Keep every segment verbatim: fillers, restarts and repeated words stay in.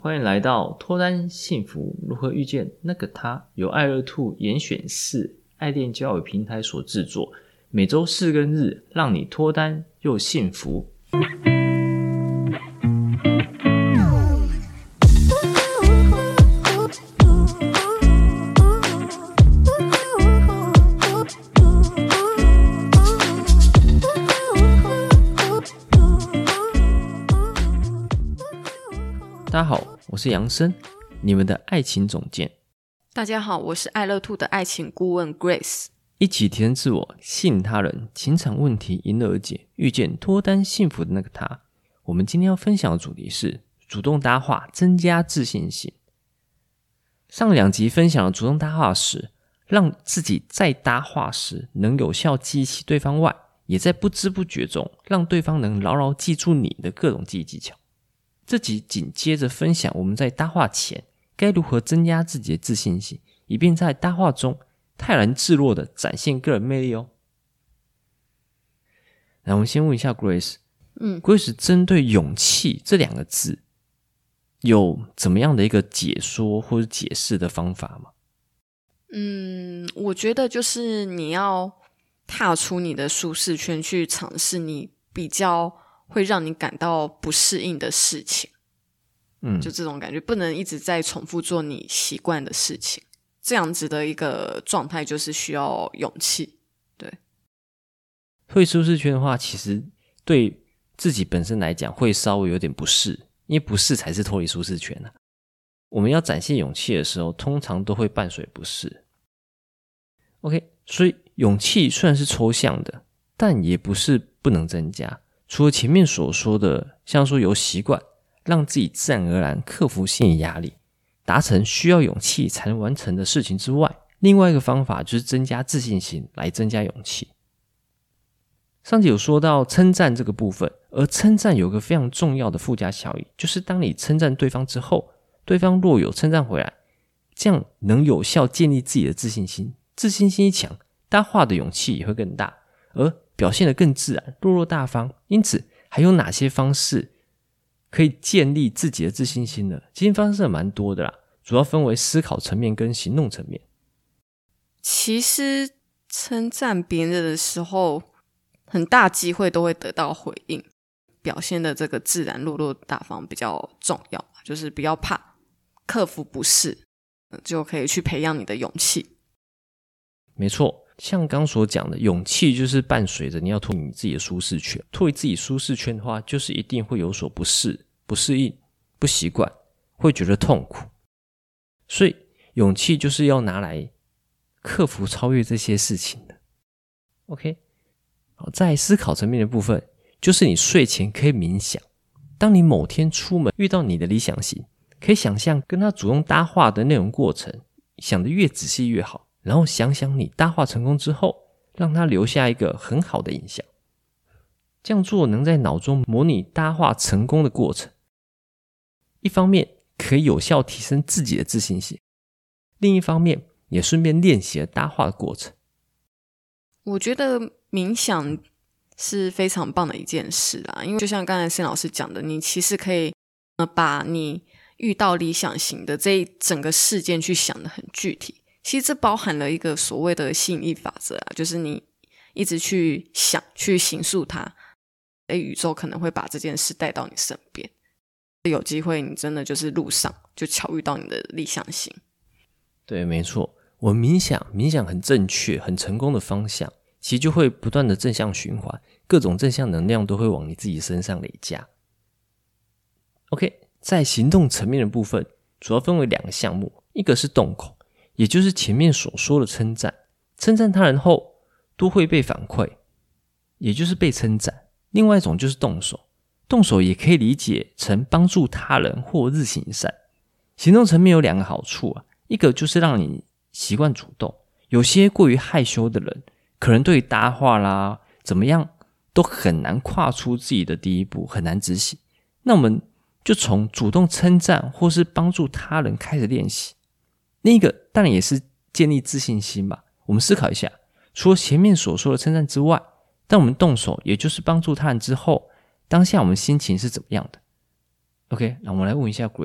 欢迎来到脱单幸福如何遇见那个他，由爱乐兔严选四爱恋交友平台所制作，每周四跟日让你脱单又幸福。大家好，我是杨森，你们的爱情总监。 大家好，我是爱乐兔的爱情顾问 Grace。 一起提升自我，吸引他人，情场问题迎刃而解，遇见脱单幸福的那个他。我们今天要分享的主题是主动搭话，增加自信心。上两集分享了主动搭话时，让自己在搭话时能有效激起对方外，也在不知不觉中让对方能牢牢记住你的各种记忆技巧。这集紧接着分享我们在搭话前该如何增加自己的自信心，以便在搭话中泰然自若的展现个人魅力哦。那我们先问一下 Grace， 嗯 Grace 针对勇气这两个字有怎么样的一个解说或者解释的方法吗？ 嗯，我觉得就是你要踏出你的舒适圈，去尝试你比较会让你感到不适应的事情。嗯，就这种感觉，不能一直在重复做你习惯的事情，这样子的一个状态就是需要勇气。对， 退舒适圈的话，其实对自己本身来讲会稍微有点不适，因为不适才是脱离舒适圈啊。我们要展现勇气的时候，通常都会伴随不适。 OK， 所以勇气虽然是抽象的，但也不是不能增加。除了前面所说的像说有习惯让自己自然而然克服心理压力，达成需要勇气才能完成的事情之外，另外一个方法就是增加自信心来增加勇气。上集有说到称赞这个部分，而称赞有个非常重要的附加效益，就是当你称赞对方之后，对方若有称赞回来，这样能有效建立自己的自信心，自信心一强，搭话的勇气也会更大，而表现得更自然，落落大方。因此还有哪些方式可以建立自己的自信心呢？其实方式蛮多的啦，主要分为思考层面跟行动层面。 其实称赞别人的时候，很大机会都会得到回应，表现的这个自然落落大方比较重要，就是不要怕，克服不适，就可以去培养你的勇气。 没错，像刚所讲的，勇气就是伴随着你要脱离你自己的舒适圈。脱离自己舒适圈的话，就是一定会有所不适、不适应、不习惯，会觉得痛苦。所以勇气就是要拿来克服超越这些事情的。 OK， 好，在思考层面的部分，就是你睡前可以冥想，当你某天出门遇到你的理想型，可以想象跟他主动搭话的内容过程，想得越仔细越好，然后想想你搭话成功之后，让他留下一个很好的印象。这样做能在脑中模拟搭话成功的过程，一方面可以有效提升自己的自信心，另一方面也顺便练习了搭话的过程。 我觉得冥想是非常棒的一件事啊，因为就像刚才森老师讲的，你其实可以把你遇到理想型的这一整个事件去想得很具体。其实这包含了一个所谓的吸引力法则啊，就是你一直去想，去形塑它，宇宙可能会把这件事带到你身边，有机会你真的就是路上就巧遇到你的理想型。 对，没错，我冥想冥想很正确很成功的方向，其实就会不断的正向循环，各种正向能量都会往你自己身上累加。 OK， 在行动层面的部分主要分为两个项目，一个是动口，也就是前面所说的称赞，称赞他人后都会被反馈，也就是被称赞。另外一种就是动手，动手也可以理解成帮助他人或日行善。行动层面有两个好处啊，一个就是让你习惯主动，有些过于害羞的人可能对于搭话啦怎么样都很难跨出自己的第一步，很难执行。那我们就从主动称赞或是帮助他人开始练习。另一个当然也是建立自信心吧。我们思考一下，除了前面所说的称赞之外，当我们动手也就是帮助他人之后，当下我们心情是怎么样的？ OK， 那我们来问一下 Grace，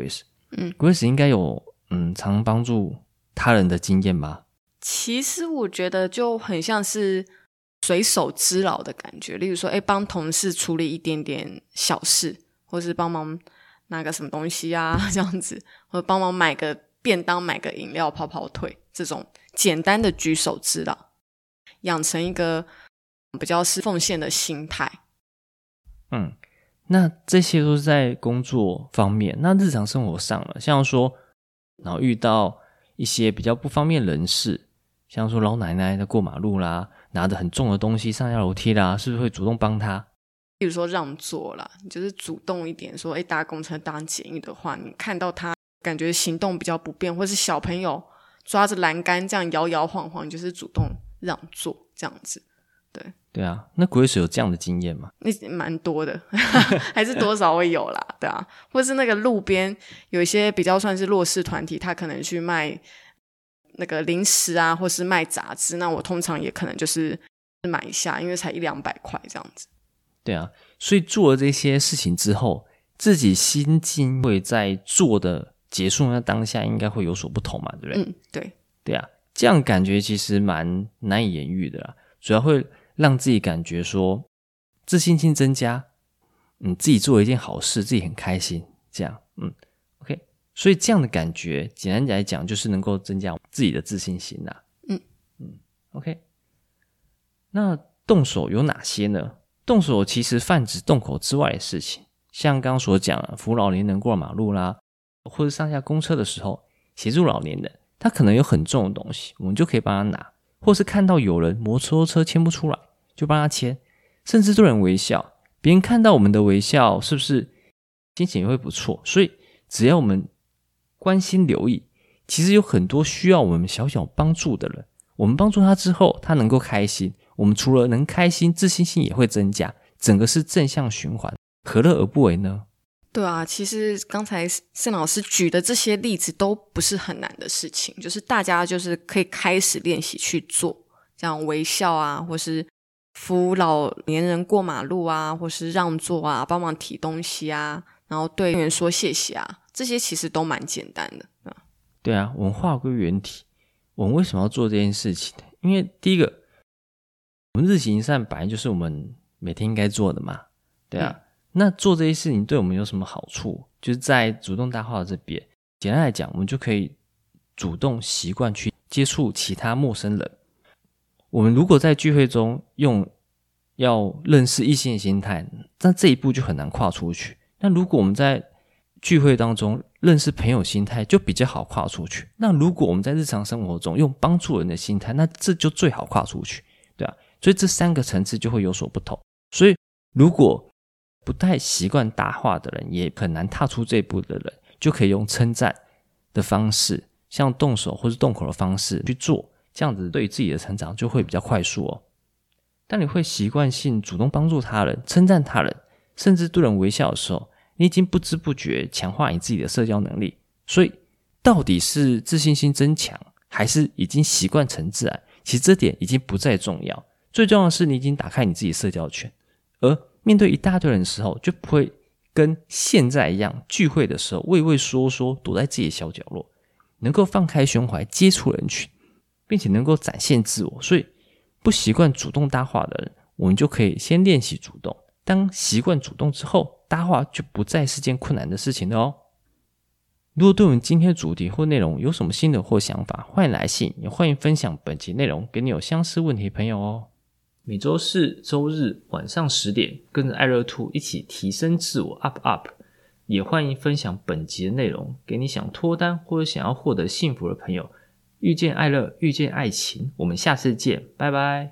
嗯 Grace 应该有嗯常帮助他人的经验吧？ 其实我觉得就很像是随手之劳的感觉，例如说，哎，帮同事处理一点点小事，或是帮忙拿个什么东西啊，这样子，或者帮忙买个便当、买个饮料、跑跑腿，这种简单的举手之劳，养成一个比较是奉献的心态。 嗯，那这些都是在工作方面，那日常生活上了，像说，然后遇到一些比较不方便人士，像说老奶奶在过马路啦，拿着很重的东西上下楼梯啦，是不是会主动帮她？ 比如说让座啦，你就是主动一点说，哎，搭公车搭捷运的话，你看到他感觉行动比较不便，或是小朋友抓着栏杆这样摇摇晃晃，你就是主动让座这样子。对对啊，那 Grace 有这样的经验吗？ 那蛮多的还是多少会有啦，对啊，或是那个路边有一些比较算是弱势团体，他可能去卖那个零食啊，或是卖杂志，那我通常也可能就是买一下，因为才一两百块这样子。 对啊，所以做了这些事情之后，自己心境会在做的结束那当下应该会有所不同嘛，对不对？ 嗯，对。 对啊，这样感觉其实蛮难以言喻的啦，主要会让自己感觉说自信心增加，嗯，自己做了一件好事，自己很开心，这样，嗯 ，OK， 所以这样的感觉，简单来讲就是能够增加自己的自信心啦， 嗯嗯 ，OK， 那动手有哪些呢？动手其实泛指动口之外的事情，像刚刚所讲的扶老年人过马路啦，或者上下公车的时候协助老年人，他可能有很重的东西，我们就可以帮他拿，或是看到有人摩托车牵不出来就帮他牵，甚至对人微笑，别人看到我们的微笑是不是心情也会不错？所以只要我们关心留意，其实有很多需要我们小小帮助的人，我们帮助他之后他能够开心，我们除了能开心，自信心也会增加，整个是正向循环，何乐而不为呢？ 对啊，其实刚才盛老师举的这些例子都不是很难的事情，就是大家就是可以开始练习去做，这样微笑啊，或是扶老年人过马路啊，或是让座啊，帮忙提东西啊，然后对店员说谢谢啊，这些其实都蛮简单的。嗯、 对啊，我们话归原题，我们为什么要做这件事情？因为第一个，我们日行一善本来就是我们每天应该做的嘛，对啊。嗯，那做这些事情对我们有什么好处？就是在主动大话这边，简单来讲，我们就可以主动习惯去接触其他陌生人。我们如果在聚会中用要认识异性的心态，那这一步就很难跨出去。那如果我们在聚会当中认识朋友心态，就比较好跨出去。那如果我们在日常生活中用帮助人的心态，那这就最好跨出去，对啊。所以这三个层次就会有所不同。所以如果不太习惯搭话的人，也很难踏出这一步的人，就可以用称赞的方式，像动手或是动口的方式去做，这样子对于自己的成长就会比较快速哦。当你会习惯性主动帮助他人，称赞他人，甚至对人微笑的时候，你已经不知不觉强化你自己的社交能力。所以到底是自信心增强，还是已经习惯成自然，其实这点已经不再重要，最重要的是你已经打开你自己的社交圈，而面对一大堆人的时候，就不会跟现在一样，聚会的时候畏畏缩缩躲在自己的小角落，能够放开胸怀接触人群，并且能够展现自我。所以不习惯主动搭话的人，我们就可以先练习主动，当习惯主动之后，搭话就不再是件困难的事情了哦。如果对我们今天的主题或内容有什么心得或想法，欢迎来信，也欢迎分享本集内容给你有相似问题的朋友哦。每周四、周日晚上十点，跟着爱乐兔一起提升自我 up up， 也欢迎分享本集的内容给你想脱单或者想要获得幸福的朋友。遇见爱乐，遇见爱情，我们下次见，拜拜。